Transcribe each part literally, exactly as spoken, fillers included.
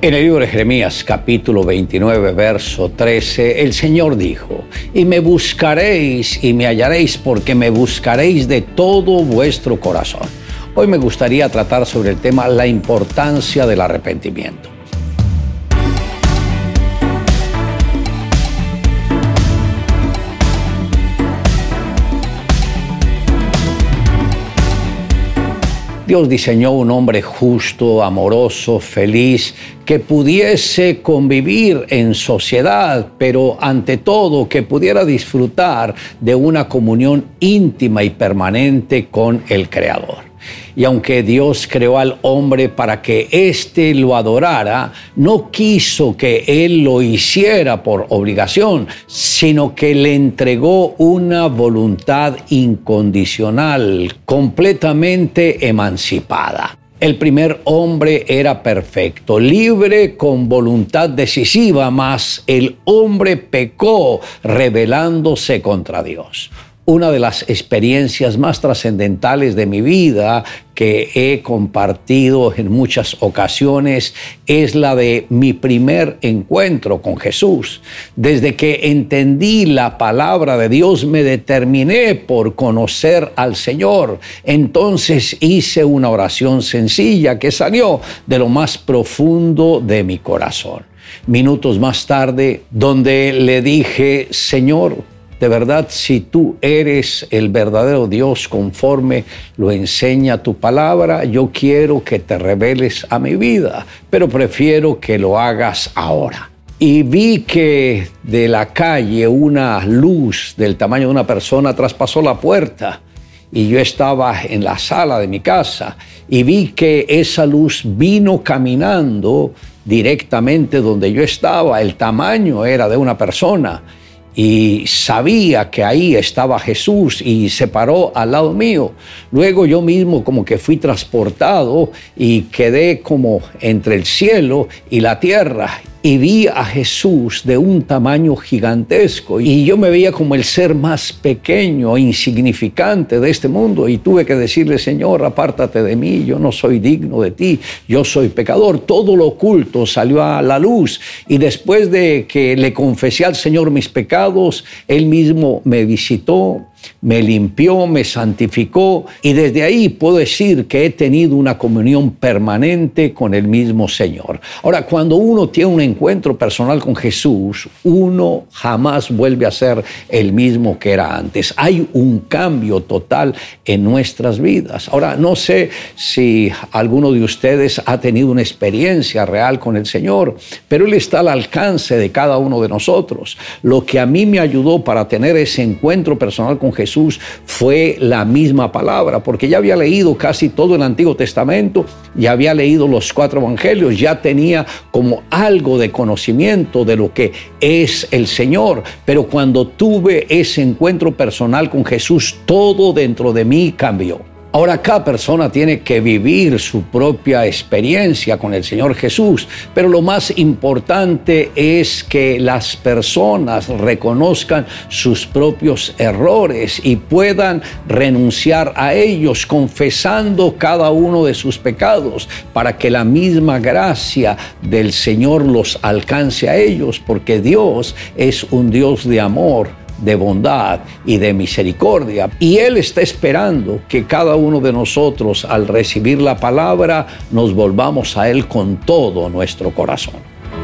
En el libro de Jeremías, capítulo veintinueve, verso trece, el Señor dijo: y me buscaréis y me hallaréis, porque me buscaréis de todo vuestro corazón. Hoy me gustaría tratar sobre el tema la importancia del arrepentimiento. Dios diseñó un hombre justo, amoroso, feliz, que pudiese convivir en sociedad, pero ante todo que pudiera disfrutar de una comunión íntima y permanente con el Creador. Y aunque Dios creó al hombre para que éste lo adorara, no quiso que él lo hiciera por obligación, sino que le entregó una voluntad incondicional, completamente emancipada. El primer hombre era perfecto, libre, con voluntad decisiva, mas el hombre pecó, rebelándose contra Dios. Una de las experiencias más trascendentales de mi vida que he compartido en muchas ocasiones es la de mi primer encuentro con Jesús. Desde que entendí la palabra de Dios, me determiné por conocer al Señor. Entonces hice una oración sencilla que salió de lo más profundo de mi corazón. Minutos más tarde, donde le dije: Señor, de verdad, si tú eres el verdadero Dios conforme lo enseña tu palabra, yo quiero que te reveles a mi vida, pero prefiero que lo hagas ahora. Y vi que de la calle una luz del tamaño de una persona traspasó la puerta. Y yo estaba en la sala de mi casa y vi que esa luz vino caminando directamente donde yo estaba. El tamaño era de una persona. Y sabía que ahí estaba Jesús y se paró al lado mío. Luego yo mismo como que fui transportado y quedé como entre el cielo y la tierra. Y vi a Jesús de un tamaño gigantesco. Y yo me veía como el ser más pequeño e insignificante de este mundo. Y tuve que decirle: Señor, apártate de mí, yo no soy digno de ti, yo soy pecador. Todo lo oculto salió a la luz. Y después de que le confesé al Señor mis pecados, Él mismo me visitó, me limpió, me santificó, y desde ahí puedo decir que he tenido una comunión permanente con el mismo Señor. Ahora, cuando uno tiene un encuentro personal con Jesús, uno jamás vuelve a ser el mismo que era antes. Hay un cambio total en nuestras vidas. Ahora, no sé si alguno de ustedes ha tenido una experiencia real con el Señor, pero Él está al alcance de cada uno de nosotros. Lo que a mí me ayudó para tener ese encuentro personal con Jesús fue la misma palabra, porque ya había leído casi todo el Antiguo Testamento, ya había leído los cuatro evangelios, ya tenía como algo de conocimiento de lo que es el Señor. Pero cuando tuve ese encuentro personal con Jesús, todo dentro de mí cambió. Ahora, cada persona tiene que vivir su propia experiencia con el Señor Jesús, pero lo más importante es que las personas reconozcan sus propios errores y puedan renunciar a ellos, confesando cada uno de sus pecados, para que la misma gracia del Señor los alcance a ellos, porque Dios es un Dios de amor, de bondad y de misericordia. Y Él está esperando que cada uno de nosotros, al recibir la palabra, nos volvamos a Él con todo nuestro corazón.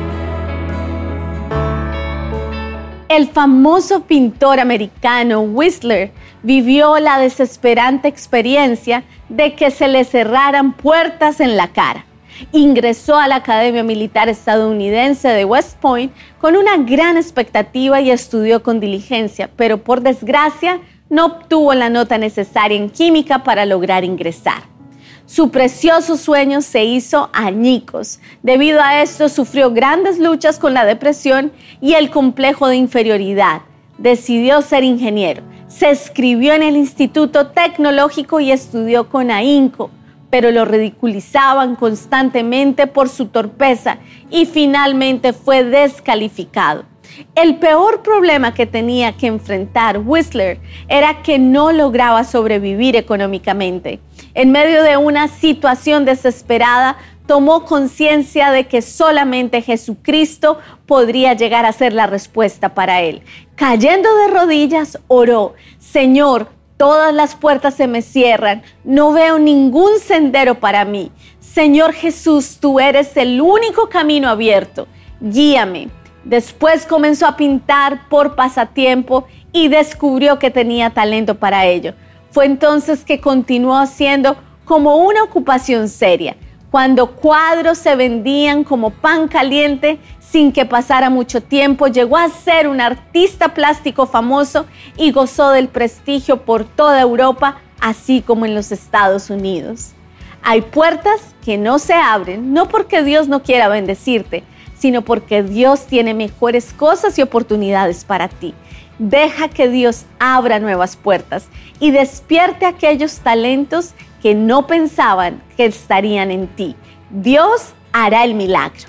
El famoso pintor americano Whistler vivió la desesperante experiencia de que se le cerraran puertas en la cara. Ingresó a la Academia Militar Estadounidense de West Point con una gran expectativa y estudió con diligencia, pero por desgracia no obtuvo la nota necesaria en química para lograr ingresar. Su precioso sueño se hizo añicos. Debido a esto sufrió grandes luchas con la depresión y el complejo de inferioridad. Decidió ser ingeniero. Se inscribió en el Instituto Tecnológico y estudió con ahínco, pero lo ridiculizaban constantemente por su torpeza y finalmente fue descalificado. El peor problema que tenía que enfrentar Whistler era que no lograba sobrevivir económicamente. En medio de una situación desesperada, tomó conciencia de que solamente Jesucristo podría llegar a ser la respuesta para él. Cayendo de rodillas, oró: Señor, todas las puertas se me cierran, no veo ningún sendero para mí. Señor Jesús, tú eres el único camino abierto, guíame. Después comenzó a pintar por pasatiempo y descubrió que tenía talento para ello. Fue entonces que continuó haciendo como una ocupación seria, cuando cuadros se vendían como pan caliente. Sin que pasara mucho tiempo, llegó a ser un artista plástico famoso y gozó del prestigio por toda Europa, así como en los Estados Unidos. Hay puertas que no se abren, no porque Dios no quiera bendecirte, sino porque Dios tiene mejores cosas y oportunidades para ti. Deja que Dios abra nuevas puertas y despierte aquellos talentos que no pensaban que estarían en ti. Dios hará el milagro.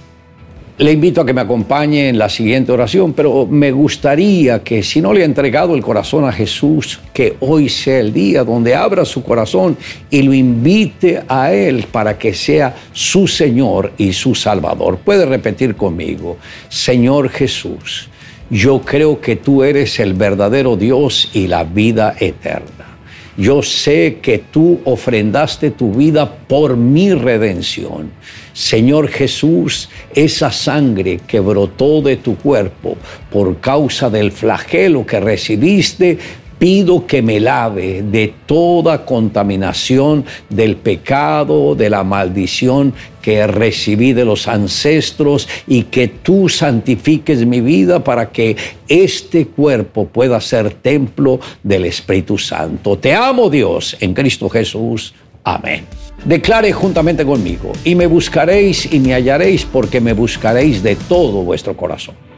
Le invito a que me acompañe en la siguiente oración, pero me gustaría que, si no le ha entregado el corazón a Jesús, que hoy sea el día donde abra su corazón y lo invite a Él para que sea su Señor y su Salvador. Puede repetir conmigo: Señor Jesús, yo creo que tú eres el verdadero Dios y la vida eterna. Yo sé que tú ofrendaste tu vida por mi redención. Señor Jesús, esa sangre que brotó de tu cuerpo por causa del flagelo que recibiste, pido que me lave de toda contaminación del pecado, de la maldición que recibí de los ancestros, y que tú santifiques mi vida para que este cuerpo pueda ser templo del Espíritu Santo. Te amo, Dios, en Cristo Jesús. Amén. Declare juntamente conmigo: y me buscaréis y me hallaréis, porque me buscaréis de todo vuestro corazón.